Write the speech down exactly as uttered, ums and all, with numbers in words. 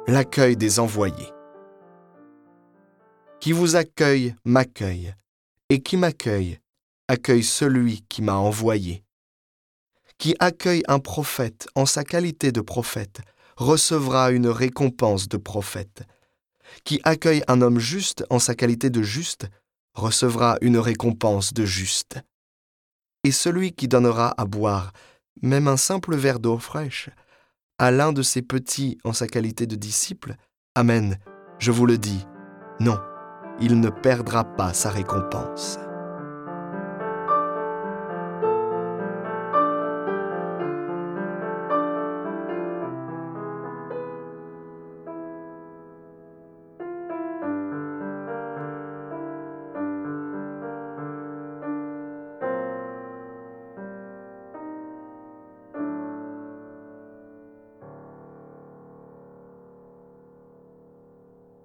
L'accueil des envoyés. Qui vous accueille m'accueille, et qui m'accueille accueille celui qui m'a envoyé. Qui accueille un prophète en sa qualité de prophète recevra une récompense de prophète. Qui accueille un homme juste en sa qualité de juste recevra une récompense de juste. Et celui qui donnera à boire, même un simple verre d'eau fraîche, à l'un de ses petits en sa qualité de disciple, amen, je vous le dis, non, il ne perdra pas sa récompense.